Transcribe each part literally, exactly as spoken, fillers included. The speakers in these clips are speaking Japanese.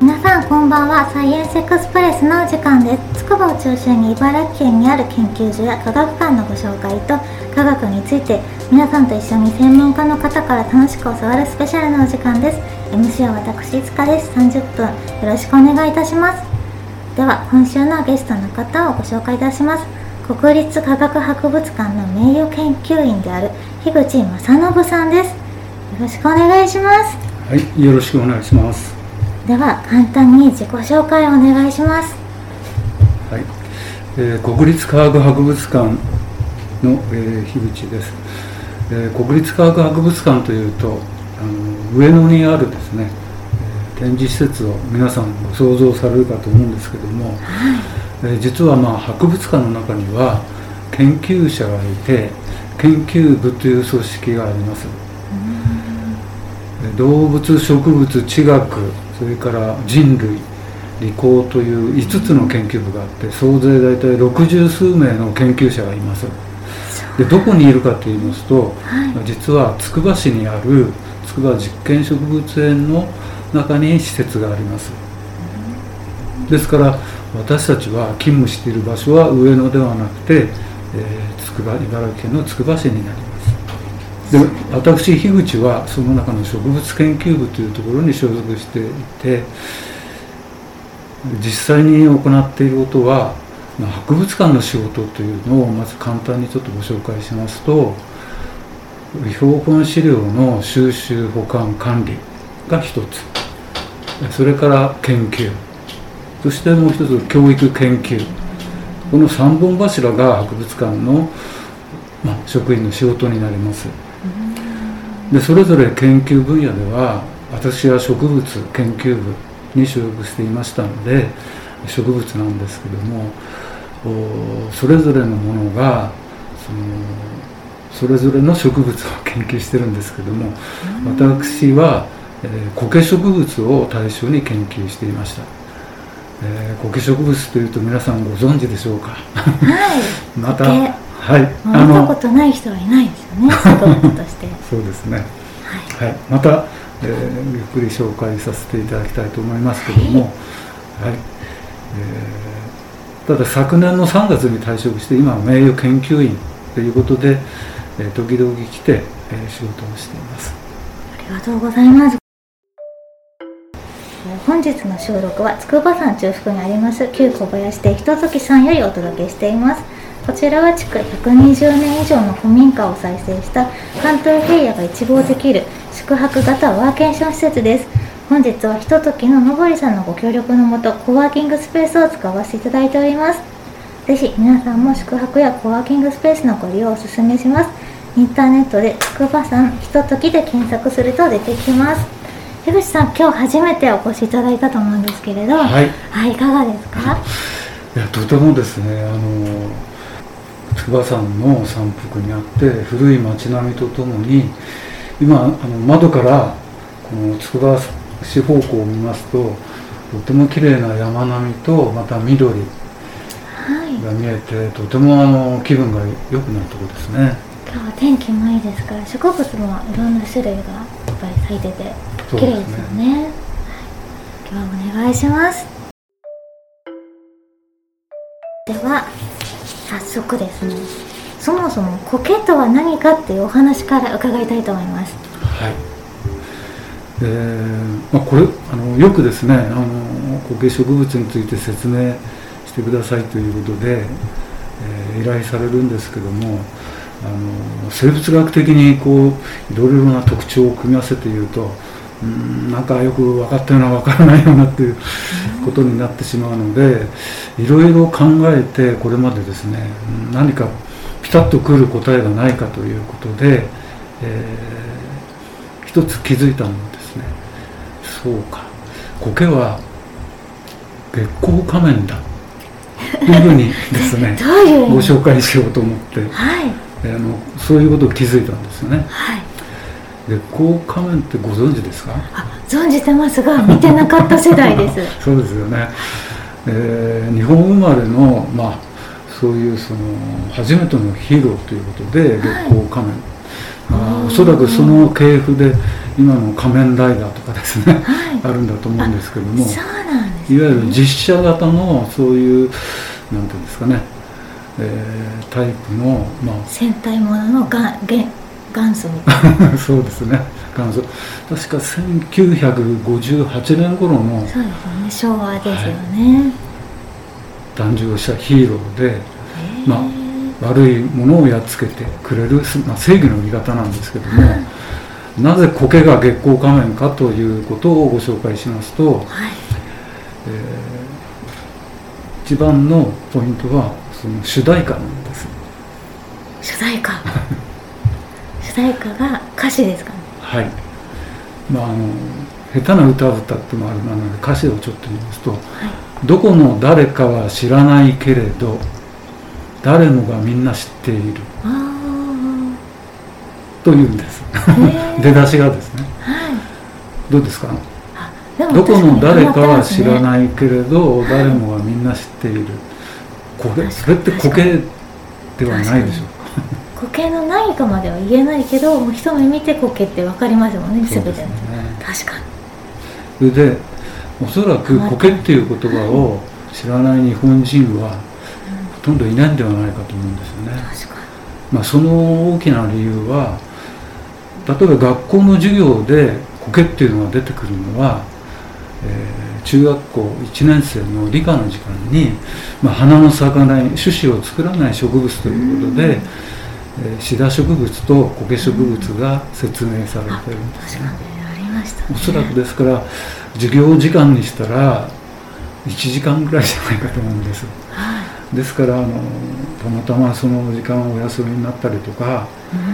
皆さんこんばんは。サイエンスエクスプレスのお時間です。つくばを中心に茨城県にある研究所や科学館のご紹介と科学について皆さんと一緒に専門家の方から楽しく教わるスペシャルなお時間です。 エムシー は私いつかです。さんじゅっぷんよろしくお願いいたします。では今週のゲストの方をご紹介いたします。国立科学博物館の名誉研究員である樋口正信さんです。よろしくお願いします。 はい、よろしくお願いします。 では簡単に自己紹介をお願いします。 はい、えー、国立科学博物館の、えー、樋口です、えー、国立科学博物館というとあの上野にあるですね、えー、展示施設を皆さんご想像されるかと思うんですけども、はい、えー、実はまあ博物館の中には研究者がいて研究部という組織があります。動物、植物、地学、それから人類、理工といういつつの研究部があって総勢大体六十数名の研究者がいます。でどこにいるかといいますと、はい、実はつくば市にある筑波実験植物園の中に施設があります。ですから私たちは勤務している場所は上野ではなくて、えー、筑波茨城県のつくば市になります。で私樋口はその中の植物研究部というところに所属していて、実際に行っていることは、まあ、博物館の仕事というのをまず簡単にちょっとご紹介しますと、標本資料の収集保管管理が一つ、それから研究、そしてもう一つ教育研究、この三本柱が博物館の、まあ、職員の仕事になります。でそれぞれ研究分野では私は植物研究部に所属していましたので植物なんですけども、それぞれのものがそのそれぞれの植物を研究してるんですけども、私は、えー、苔植物を対象に研究していました。えー、苔植物というと皆さんご存知でしょうか。 はい、 またはい、 見たことない人はいないですよね、植物として。 そうですね、はいはい、また、えー、ゆっくり紹介させていただきたいと思いますけども、はいはい、えー、ただ昨年のさんがつに退職して今は名誉研究員ということで、えー、時々来て、えー、仕事をしています。 ありがとうございます。本日の収録は筑波山中腹にあります旧小林亭ひとときさんよりお届けしています。こちらは築ひゃくにじゅうねん以上の古民家を再生した関東平野が一望できる宿泊型ワーケーション施設です。本日はひとときののぼりさんのご協力のもとコワーキングスペースを使わせていただいております。ぜひ皆さんも宿泊やコワーキングスペースのご利用をお勧めします。インターネットで筑波山ひとときで検索すると出てきます。樋口さん、今日初めてお越しいただいたと思うんですけれど、はい、はい、いかがですか？ いや、とてもですね、あの筑波山の山腹にあって古い町並みとともに今あの窓からこの筑波市方向を見ますととても綺麗な山並みとまた緑が見えて、はい、とてもあの気分が良くなるところですね。 今日は天気もいいですから植物もいろんな種類がいっぱい咲いてて綺麗ですよね。はい、今日はお願いします。では早速ですね、そもそも苔とは何かっていうお話から伺いたいと思います。 はい、えーまあ、これあのよくですねあの苔植物について説明してくださいということで、えー、依頼されるんですけども、あの生物学的にこういろいろな特徴を組み合わせて言うとうーんなんかよく分かったような分からないようなっていうことになってしまうので、いろいろ考えてこれまでですね何かピタッとくる答えがないかということで、えー、一つ気づいたのですね。そうか、苔は月光仮面だというふうにですねご紹介しようと思って、はい、あのそういうことを気づいたんですよね。はい、月光仮面ってご存知ですか？ あ、存じてますが見てなかった世代ですそうですよね、えー、日本生まれの、まあ、そういうその初めてのヒーローということで月光仮面、はい、あおそらくその系譜で今の仮面ライダーとかですね、 はい、 あるんだと思うんですけども、 そうなんですね、 いわゆる実写型のそういうなんていうんですかね、えー、タイプの、まあ、 戦隊もののが元元祖みたいなそうですね、元祖、確かせんきゅうひゃくごじゅうはちねん頃の、 そうですよね、昭和ですよね、はい、 誕生したヒーローで、まあ、悪いものをやっつけてくれる、まあ、正義の味方なんですけども、はい、なぜ苔が月光仮面かということをご紹介しますと、はい、えー、一番のポイントはその主題歌なんです。 主題歌主題歌が歌詞ですかね。 はい、まあ、あの下手な歌を歌ってもあるなので歌詞をちょっと言いますと、はい、どこの誰かは知らないけれど誰もがみんな知っているというんです出だしがですね、はい、どうですか。どこの誰かは知らないけれど、ね、誰もがみんな知っている、苔、それって苔ではないでしょうか。 苔の何かまでは言えないけど、もう一目見て苔って分かりますもんね、全ての、ね、確かに。 それでおそらく苔っていう言葉を知らない日本人はほとんどいないんではないかと思うんですよね。 確かに。 まあ、その大きな理由は、例えば学校の授業で苔っていうのが出てくるのは、えー、中学校いちねん生の理科の時間に、まあ、花の咲かない種子を作らない植物ということで、えー、シダ植物と苔植物が説明されているんですね。 ありましたね。 おそらくですから授業時間にしたらいちじかんぐらいじゃないかと思うんです、はい、ですからあのたまたまその時間お休みになったりとか、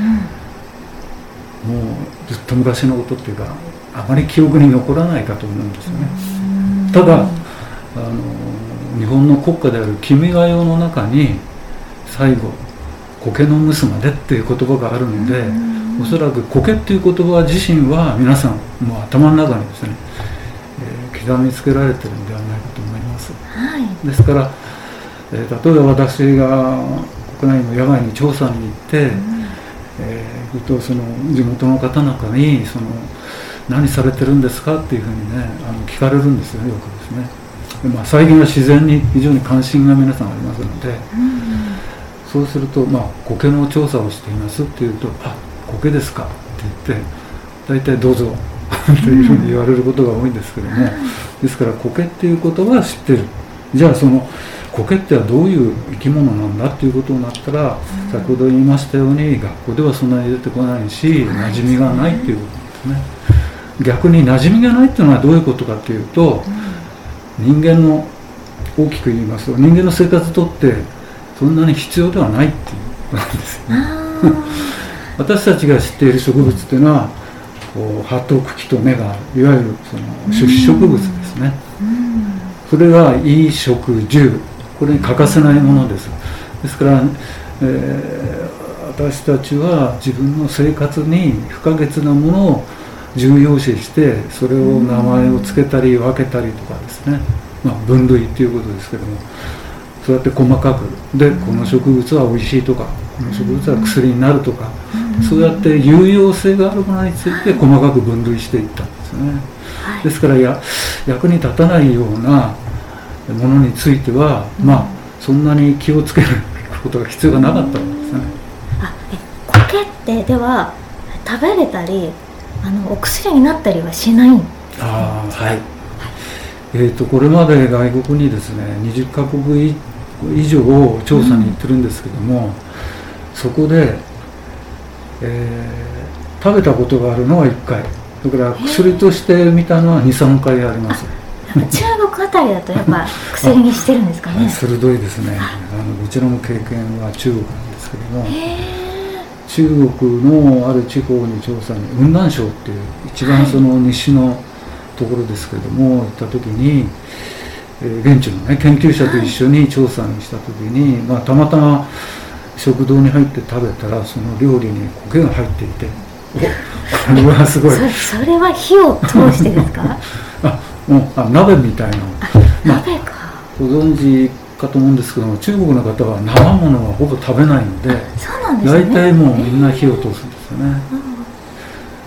うん、もうずっと昔のことっていうかあまり記憶に残らないかと思うんですよね。ただあの日本の国歌である「君が代」の中に最後苔のむすまでっていう言葉があるので、おそらく苔っていう言葉自身は皆さんもう頭の中にですね、えー、刻みつけられてるんではないかと思います、はい、ですから、えー、例えば私が国内の野外に調査に行って、うんえー、とその地元の方なんかにその何されてるんですかっていうふうにねあの聞かれるんですよね、よくですね。で、まあ、最近は自然に非常に関心が皆さんありますので、うんそうすると、まあ、苔の調査をしていますっていうと、あ、苔ですかって言って、大体どうぞというふうに言われることが多いんですけども、ですから苔っていうことは知ってる。じゃあその苔ってはどういう生き物なんだっていうことになったら、先ほど言いましたように学校ではそんなに出てこないし、馴染みがないっていうことですね。逆に馴染みがないっていうのはどういうことかっていうと、人間の大きく言いますと人間の生活にとってそんなに必要ではないっていうことなんですよね私たちが知っている植物っていうのはこう葉と茎と根があるいわゆるその種子植物ですね。それが衣食住これに欠かせないものです。ですから、えー、私たちは自分の生活に不可欠なものを重要視してそれを名前を付けたり分けたりとかですね、まあ、分類っていうことですけどもそうやって細かくでこの植物は美味しいとかこの植物は薬になるとかそうやって有用性があるものについて細かく分類していったんですね。ですからや役に立たないようなものについてはまあそんなに気をつけることが必要がなかったわけですね。 あえ苔ってでは食べれたりあのお薬になったりはしないんですか？ あはいえー、とこれまで外国にですねにじゅっかこく以上調査に行ってるんですけども、うん、そこで、えー、食べたことがあるのはいっかいそれから薬として見たのはにさんかいあります。 中国あたりだとやっぱ薬にしてるんですかね。 鋭いですね。あのうちらの経験は中国なんですけども中国のある地方に調査に雲南省っていう一番その西のところですけれども、はい、行った時に、えー、現地の、ね、研究者と一緒に調査にした時に、はいまあ、たまたま食堂に入って食べたらその料理に苔が入っていておこれはすごいそ, それは火を通してですかあもうあ鍋みたいなまあ、鍋かご存知かと思うんですけども中国の方は生ものはほぼ食べないのでそうなんですね、 大体もうみんな火を通すんですよね。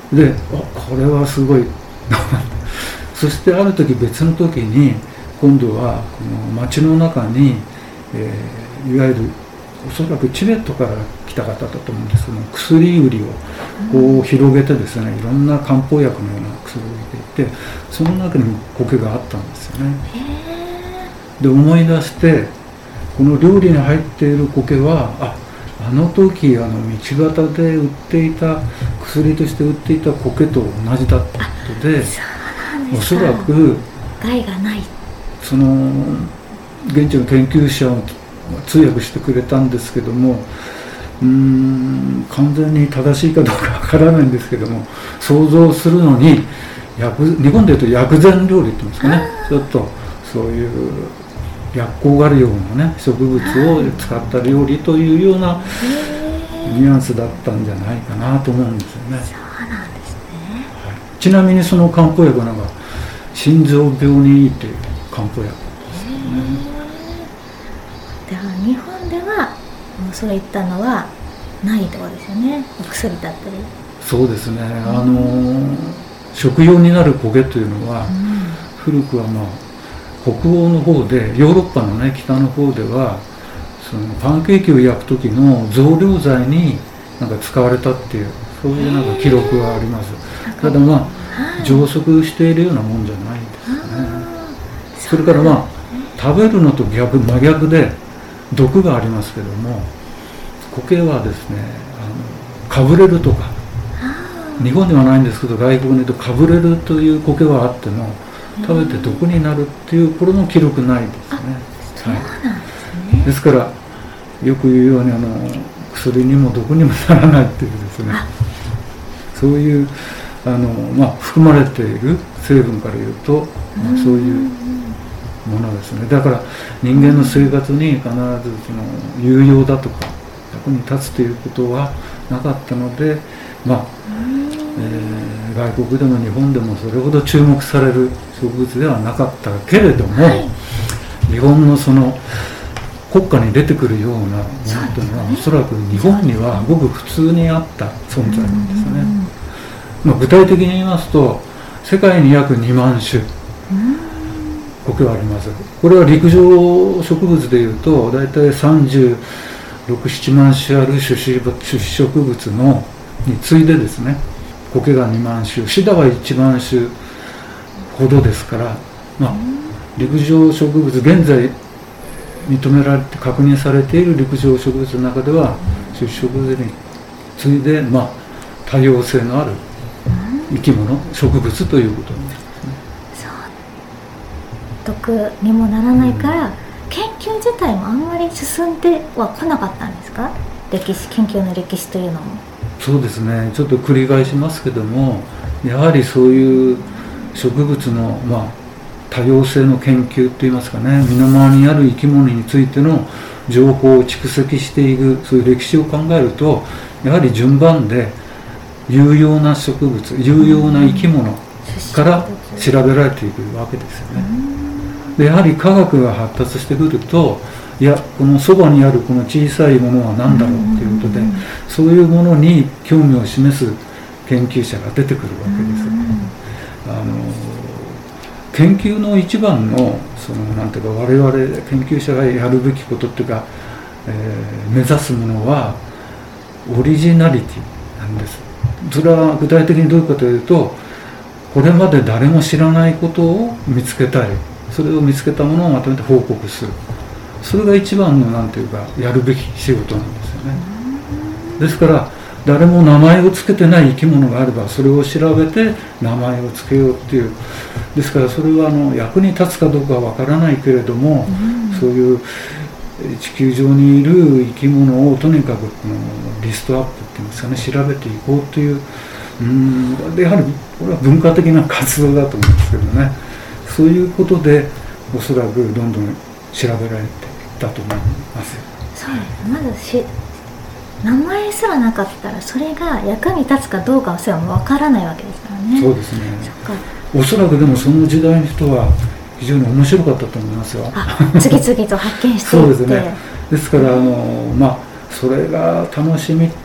で、あ、これはすごいそしてある時別の時に今度はこの街の中に、えー、いわゆるおそらくチベットから来た方だと思うんですけども、薬売りをこう広げてですね、いろんな漢方薬のような薬を入れていて、その中に苔があったんですよね。で思い出して、この料理に入っている苔は、あ、あの時あの道端で売っていた薬として売っていた苔と同じだったことで、おそらく害がない、 その現地の研究者を通訳してくれたんですけども、うーん完全に正しいかどうかわからないんですけども、想像するのに薬日本でいうと薬膳料理って言うんですかね、ちょっとそういう薬効があるようなね植物を使った料理というようなニュアンスだったんじゃないかなと思うんですよね。 そうなんですね、 はい、ちなみにその漢方薬なんか心臓病にいいっていう漢方薬ですよね。 では日本ではもうそういったのはないってことですよね、お薬だったり。 そうですね、あの食用になる苔というのは、うん、古くはまあ北欧の方で、ヨーロッパのね北の方ではそのパンケーキを焼く時の増量剤になんか使われたっていう、そういうなんか記録があります。ただまあ増殖しているようなもんじゃないですね。それからまあ食べるのと逆真逆で毒がありますけども、苔はですね、あのかぶれるとか、日本にはないんですけど外国にいるとかぶれるという苔はあっても食べて毒になるっていう、これも記録ないですね。 そうなんですね。 ですからよく言うようにあの薬にも毒にもならないっていうですね、そういうあの、まあ、含まれている成分から言うと、まあ、そういうものですね。だから人間の生活に必ずその有用だとか役に立つということはなかったので、まあえー、外国でも日本でもそれほど注目される植物ではなかったけれども、はい、日本のその国家に出てくるようなものというのは、おそらく日本にはごく普通にあった存在なんですね。まあ、具体的に言いますと世界に約にまん種苔はあります。これは陸上植物でいうと大体さんじゅうろく、ななまん種ある種子植物のに次いでですね、苔がにまん種、シダはいちまん種ほどですから、まあ、陸上植物現在認められて確認されている陸上植物の中では種子植物に次いで、まあ、多様性のある生き物植物ということになりますね。 そう毒にもならないから、うん、研究自体もあんまり進んではこなかったんですか？歴史研究の歴史というのも。 そうですね、ちょっと繰り返しますけども、やはりそういう植物の、まあ、多様性の研究といいますかね、身の回りにある生き物についての情報を蓄積していく、そういう歴史を考えると、やはり順番で有用な植物、有用な生き物から調べられていくわけですよね。でやはり科学が発達してくると、いやこのそばにあるこの小さいものは何だろうということで、そういうものに興味を示す研究者が出てくるわけです。あの研究の一番のそのなんていうか、我々研究者がやるべきことっていうか、えー、目指すものはオリジナリティなんです。それは具体的にどういうかというと、これまで誰も知らないことを見つけたり、それを見つけたものをまとめて報告する、それが一番のなんていうかやるべき仕事なんですよね。ですから誰も名前を付けてない生き物があればそれを調べて名前を付けようっていう、ですからそれはあの役に立つかどうかはわからないけれども、うん、そういう地球上にいる生き物をとにかくこのリストアップっていうんですかね、調べていこうという、うーんでやはりこれは文化的な活動だと思うんですけどね、そういうことでおそらくどんどん調べられていったと思います。 そうです。まずし名前すらなかったらそれが役に立つかどうかはそれは分からないわけですからね。 そうですね。そっか。おそらくでもその時代の人は非常に面白かったと思いますよ。 あ、次々と発見していってそうですね。ですからあのまあそれが楽しみっ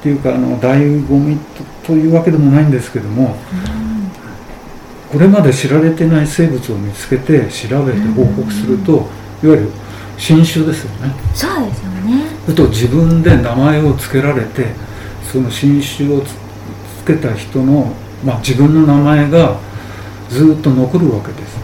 っていうかあの醍醐味 と, というわけでもないんですけども、これまで知られてない生物を見つけて調べて報告すると、いわゆる新種ですよね。 そうですよね。 それと自分で名前を付けられて、その新種をつけた人の、まあ、自分の名前がずっと残るわけです。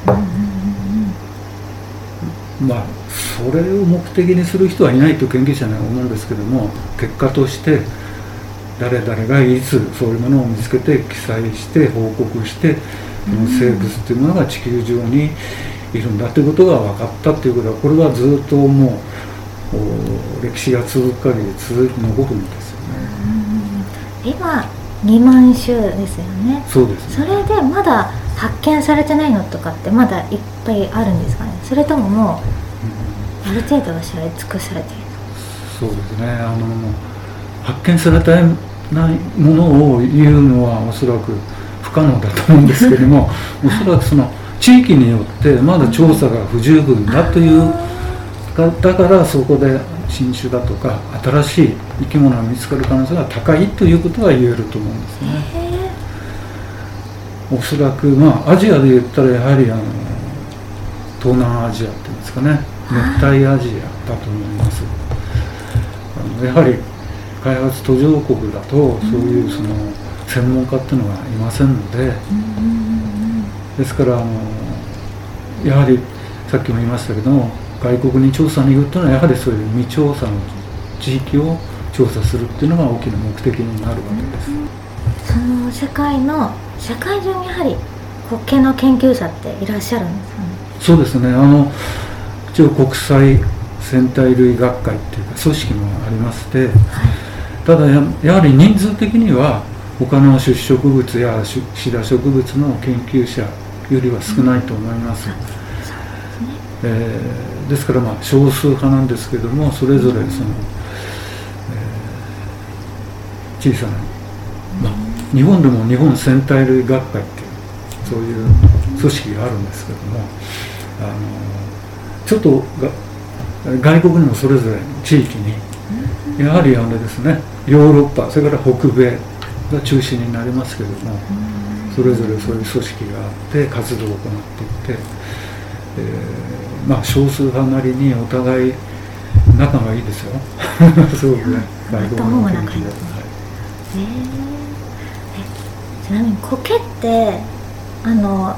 まあそれを目的にする人はいないと研究者には思うんですけども、結果として誰々がいつそういうものを見つけて記載して報告して、その生物というものが地球上にいるんだということが分かったということは、これはずっともう歴史が続く限り続いて残るんですよね。 今にまん種ですよね。 そうですね。 それでまだ発見されてないのとかってまだいっぱいあるんですかね。それとももうある程度は知られ尽くされている。 そうですね。あの発見されてないものを言うのはおそらく不可能だと思うんですけども、おそらくその地域によってまだ調査が不十分だという、だからそこで新種だとか新しい生き物が見つかる可能性が高いということは言えると思うんですね。おそらくまあアジアで言ったらやはりあの東南アジアっていうんですかね、熱帯アジアだと思います。あのやはり開発途上国だとそういうその専門家っていうのがいませんので、ですからあのやはりさっきも言いましたけども、外国に調査に行くというのはやはりそういう未調査の地域を調査するっていうのが大きな目的になるわけです。 その世界の世界中にやはり苔の研究者っていらっしゃるんですかね。 そうですね。あの一応国際生態類学会っていうか組織もありまして、はい、ただ や, やはり人数的には他の種子植物やシダ植物の研究者よりは少ないと思います。うん、そうですね。えー、ですからまあ少数派なんですけども、それぞれその、えー、小さな、まあ、日本でも日本生態類学会っていうそういう組織があるんですけども、あのちょっとが外国にもそれぞれ地域にやはりあれですね、ヨーロッパそれから北米が中心になりますけども、それぞれそういう組織があって活動を行っていて、えー、まあ少数派なりにお互い仲がいいですよ。そうですね。外国の研究だと。 えー、ちなみに苔ってあの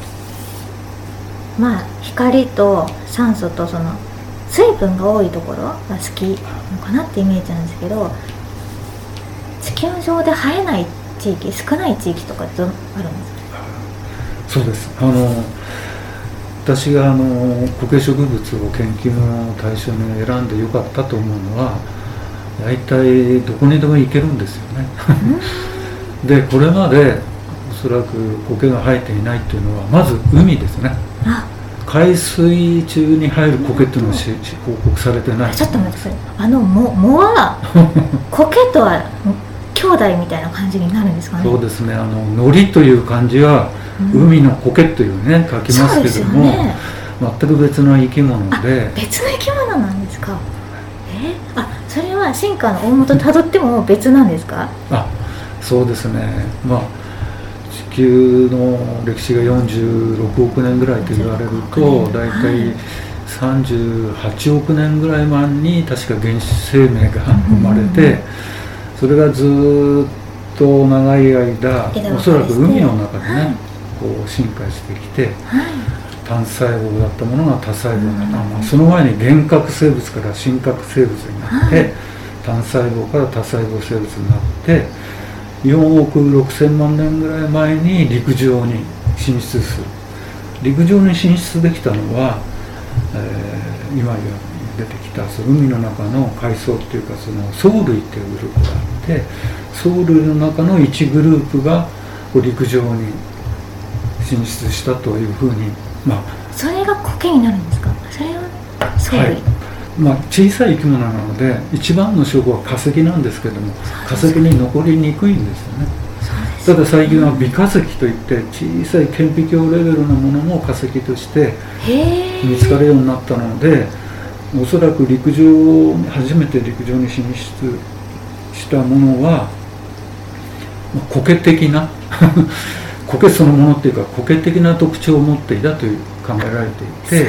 まあ光と酸素とその水分が多いところが好きなのかなってイメージなんですけど、地球上で生えない地域、少ない地域とかってあるんですか？ そうです。あの私があの苔植物を研究の対象に選んでよかったと思うのは、大体どこにでも行けるんですよね。でこれまでおそらく苔が生えていないっていうのはまず海ですね。海水中に生える苔っていうのは報告されてない。 ちょっと待ってください。あの藻は苔とは兄弟みたいな感じになるんですかね。 そうですね。あのノリという漢字は海の苔というね、書きますけども、ね、全く別の生き物で。 別の生き物なんですか。えー、あ、それは進化の大元たどっても別なんですか？ あ、そうですね。まあ地球の歴史がよんじゅうろくおくねんぐらいと言われると、だいたいさんじゅうはちおくねんぐらい前に確か原始生命が生まれて、それがずっと長い間おそらく海の中でね、こう進化してきて、単細胞だったものが多細胞になった、まあ、その前に原核生物から真核生物になって、単細胞から多細胞生物になって、よんおくろくせんまんねんぐらい前に陸上に進出する。陸上に進出できたのは、えー、今出てきたその海の中の海藻っていうか、その藻類っていうグループがあって、藻類の中のいちグループがこう陸上に進出したというふうに、まあ、 それが苔になるんですか？それは藻類、はい、 まあ、小さい生き物なので一番の証拠は化石なんですけども、化石に残りにくいんですよね。ただ最近は微化石といって小さい顕微鏡レベルのものも化石として見つかるようになったので、おそらく陸上初めて陸上に進出ししたものは苔的な苔そのものっていうか苔的な特徴を持っていたという考えられていて、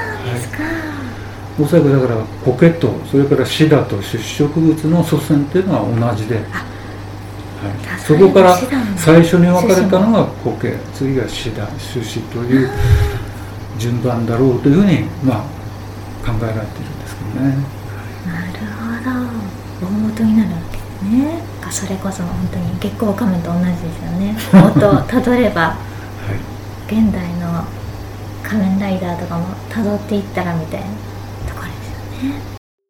おそらくだから苔とそれからシダと種子植物の祖先っていうのは同じで、はい、そこから最初に分かれたのが苔、次がシダ、種子という順番だろうというふうに、まあ、考えられているんですけどね。 なるほど、大元になるわけですね。それこそ本当に月光仮面と同じですよね。元をたどれば、はい、現代の仮面ライダーとかもたどっていったらみたいなところですよね。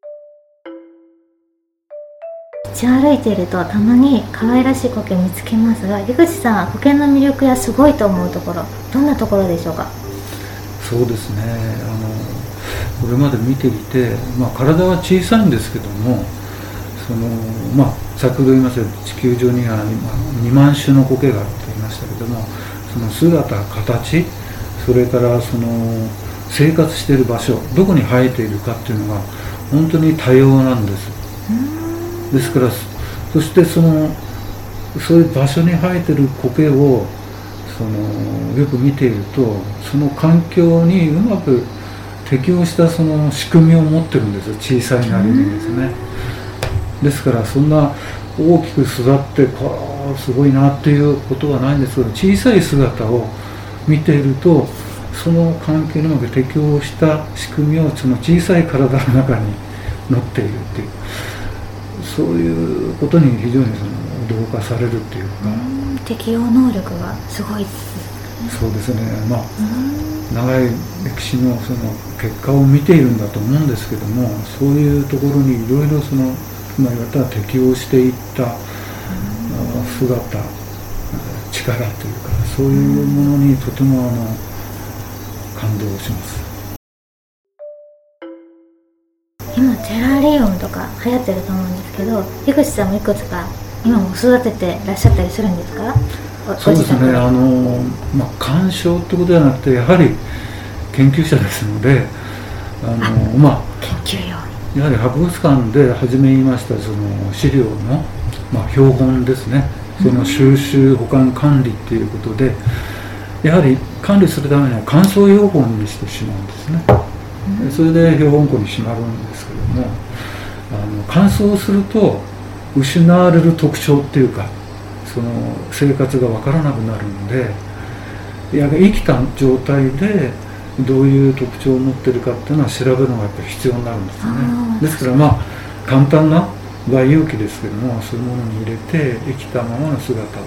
道を歩いているとたまに可愛らしい苔見つけますが、井口さんは苔の魅力やすごいと思うところ、どんなところでしょうか？ そうですね、あのこれまで見ていて、まあ、体は小さいんですけども、そのまあ、先ほど言いましたように地球上には今にまん種の苔があると言いましたけども、その姿、形、それからその生活している場所、どこに生えているかっていうのが本当に多様なんです。ですから、そしてそのそういう場所に生えている苔をそのよく見ていると、その環境にうまく適応したその仕組みを持ってるんですよ、小さいなりにですね。ですからそんな大きく育ってこうすごいなっていうことはないんですけど、小さい姿を見ているとその環境にうまく適応した仕組みをその小さい体の中に乗っているっていう、そういうことに非常にその驚かされるっていうか、 うん適応能力がすごいですね。 そうですね、まあ長い歴史のその結果を見ているんだと思うんですけども、そういうところにいろいろその今言われた適応していった姿、力というか、そういうものにとてもあの感動します。 今テラリウムとか流行ってると思うんですけど、井口さんもいくつか今も育ててらっしゃったりするんですか？ そうですね、あの、まあ、鑑賞ってことではなくて、やはり研究者ですので、あのあ、まあ、 研究用やはり博物館で初め言いましたその資料の、まあ、標本ですね、その収集保管管理っていうことで、やはり管理するためには乾燥標本にしてしまうんですね。それで標本庫にしまるんですけども、あの乾燥すると失われる特徴っていうか、その生活が分からなくなるんで、や生きた状態でどういう特徴を持ってるかっていうのは調べるのがやっぱり必要になるんですね。ですからまあ簡単な培養器ですけども、そういうものに入れて生きたままの姿を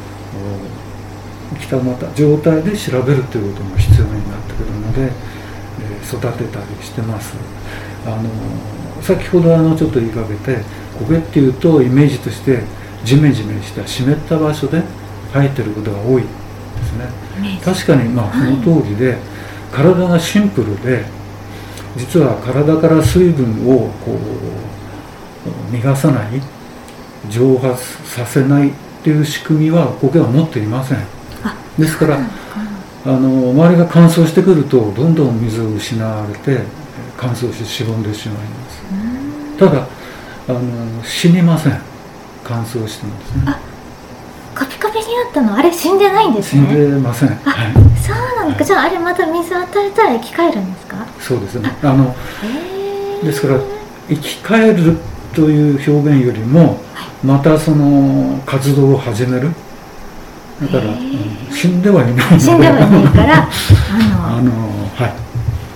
生きたまた状態で調べるということも必要になってくるので、えー、育てたりしてます。あの先ほどあのちょっと言いかけて、苔っていうとイメージとしてジメジメした湿った場所で生えてることが多いですね。確かにまあその通りで、はい、体がシンプルで、実は体から水分をこう逃がさない、蒸発させないっていう仕組みは苔は持っていません。ですからあの周りが乾燥してくるとどんどん水を失われて乾燥してしぼんでしまいます。ただあの死にません、乾燥してもですね。 あ、カピカピになったのあれ死んでないんですね。 死んでません。 あ、はい、そうなんですか。じゃああれまた水を与えたら生き返るんですか？ そうですね。あのですから生き返るという表現よりも、またその活動を始める。だから、うん、死んではいないので、 死んではいないからあのあの、はい、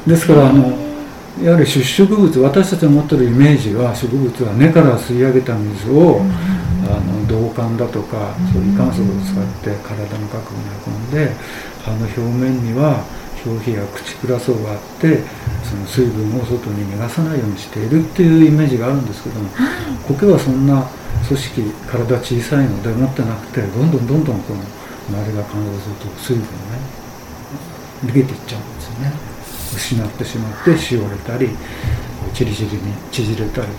ですからあのやはり種子植物、私たちが持っているイメージは、植物は根から吸い上げた水を、うん、あの導管だとか、うん、そういう乾燥を使って体の核に運んで、葉の表面には表皮や口クラ層があって、その水分を外に逃がさないようにしているっていうイメージがあるんですけども、苔はそんな組織、体小さいので持ってなくて、どんどんどんどんこの周りが乾燥すると水分がね逃げていっちゃうんですよね。失ってしまってしおれたり、チリチリに縮れたり、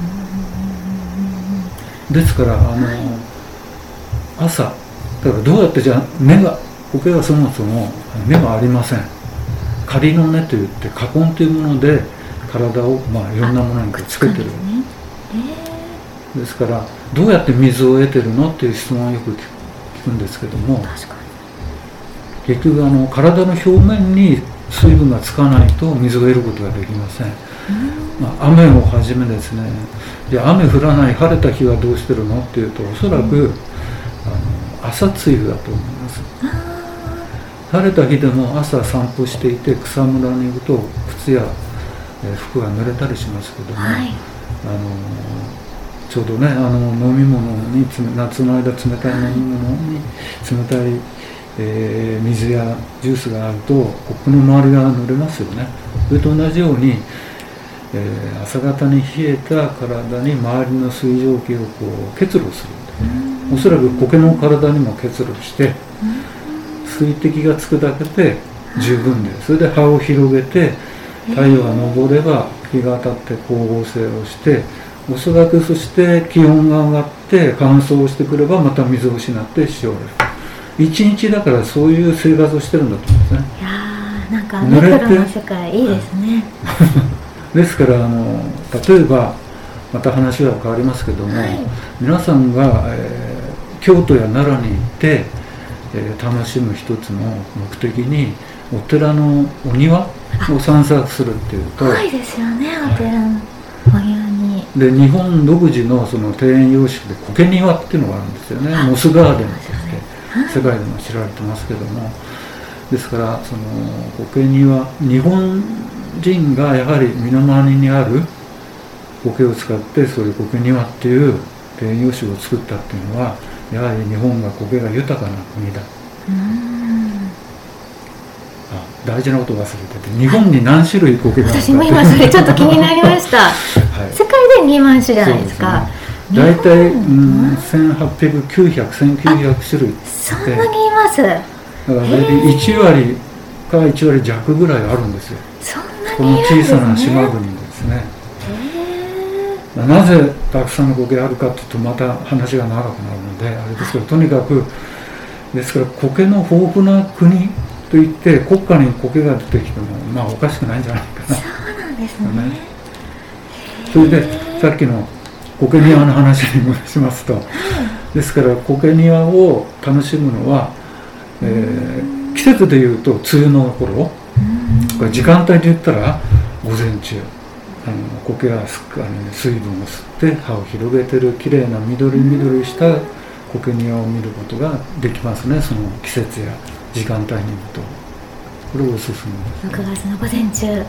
ですからあの朝だからどうやってじゃあ根が、苔はそもそも根はありません。仮の根といって花根というもので体を、まあ、いろんなものにくっつけてる。 ですからどうやって水を得てるのっていう質問をよく聞くんですけども、 確か結局あの体の表面に水分がつかないと水を得ることができません。まあ、雨をはじめですね、で雨降らない晴れた日はどうしてるのっていうと、おそらく、うん、あの朝露だと思います。晴れた日でも朝散歩していて草むらに行くと靴や、えー、服が濡れたりしますけども、はい、あのちょうどねあの飲み物に夏の間冷たい飲み物に冷たい、えー、水やジュースがあるとコップの周りが濡れますよね。それと同じように、えー、朝方に冷えた体に周りの水蒸気をこう結露する。おそらく苔の体にも結露して水滴がつくだけで十分で、それで葉を広げて太陽が昇れば日が当たって光合成をして、おそらくそして気温が上がって乾燥してくればまた水を失ってしおれる。一日だからそういう生活をしてるんだと思うんですね。 いやーなんかネクロの世界いいですね。 ですからあの例えばまた話は変わりますけども、はい、皆さんが、えー、京都や奈良に行って、えー、楽しむ一つの目的にお寺のお庭を散策するっていうと、 はいですよね、お寺のお庭に。 で日本独自のその庭園様式で苔庭っていうのがあるんですよね。モスガーデンとして世界でも知られてますけども、ですからその苔庭、日本人がやはり身の回りにある苔を使ってそういう苔庭っていう庭園様式を作ったっていうのは、やはり日本が苔が豊かな国だ。うーん、あ、大事なことを忘れてて、日本に何種類苔があるか、 私も今それちょっと気になりました、はい、世界でにまん種じゃないですか。 大体、うん、せんはっぴゃく、きゅうひゃく、せんきゅうひゃく種類。 そんなにいます。だから大体いちわりかいちわり弱ぐらいあるんですよ。 そんなにいるんですね。 この小さな島国ですね。なぜたくさんの苔があるかというとまた話が長くなるのであれですけど、とにかくですから苔の豊富な国といって国家に苔が出てきてもまあおかしくないんじゃないかな。 そうなんですね。 それでさっきの苔庭の話に戻しますと、ですから苔庭を楽しむのは、えー、季節でいうと梅雨の頃、時間帯で言ったら午前中、あの苔が水分を吸って葉を広げてるきれいな緑緑した苔庭を見ることができますね。その季節や時間帯に行くとこれをおすすめです。 ろくがつの午前中、はい、はい、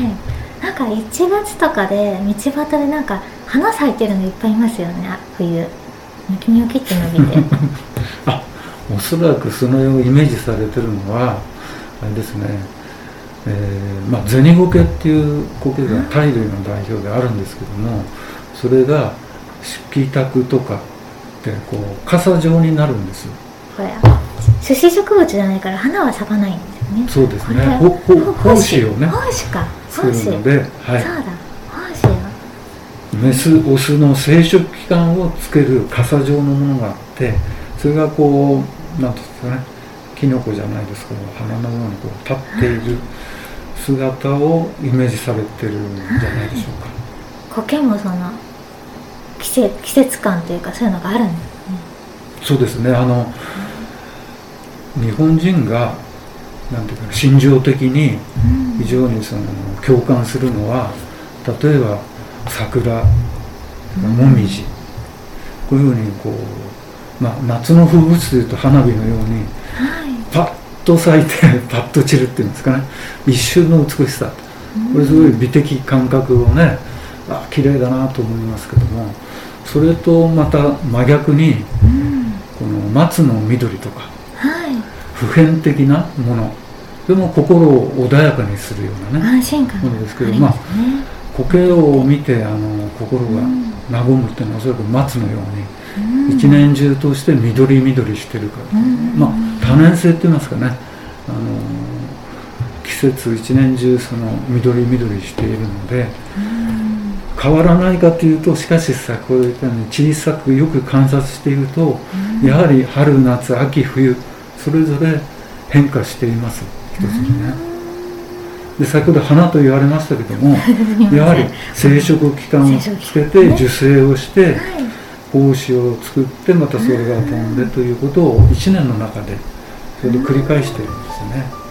なんかいちがつとかで道端でなんか花咲いてるのいっぱいいますよね。冬ニョキニョキって伸びてあ、おそらくその絵をイメージされてるのはあれですね、えーまあ、銭苔っていう苔がタイ類の代表であるんですけども、それが色沢とかでこう傘状になるんですよ。 これ種子植物じゃないから花は咲かないんですよね。 そうですね。胞子をね胞子か作るので、はい、 そうだ、胞子よ。 メスオスの生殖器官をつける傘状のものがあって、それがこうなんていうんですかね、キノコじゃないですけど花のようにこう立っている姿をイメージされてるんじゃないでしょうか。 苔もその季節、季節感というかそういうのがあるんですね。 そうですね。あの、うん、日本人がなんていうか心情的に非常にその共感するのは、例えば桜、もみじ、こういうふうにこう、まあ、夏の風物詩でいうと花火のようにパッと咲いてパッと散るっていうんですかね、一瞬の美しさ、これすごい美的感覚をね、あ、綺麗だなと思いますけども、それとまた真逆に、うん、この松の緑とか、はい、普遍的なものでも心を穏やかにするようなね、 安心感ものですけど、まあ苔を見てあの心が和むっていうのはおそらく松のように、うん、一年中通して緑緑してるから、うん、まあ多年生って言いますかね、あの季節一年中その緑緑しているので、うん、変わらないかというと、しかし先ほど言ったように小さくよく観察していると、うん、やはり春夏秋冬それぞれ変化しています。一つにね、 で先ほど花と言われましたけどもやはり生殖器官をつけて受精をして、はい、胞子を作ってまたそれが飛んでということをいちねんの中でそれで繰り返しているんですよね。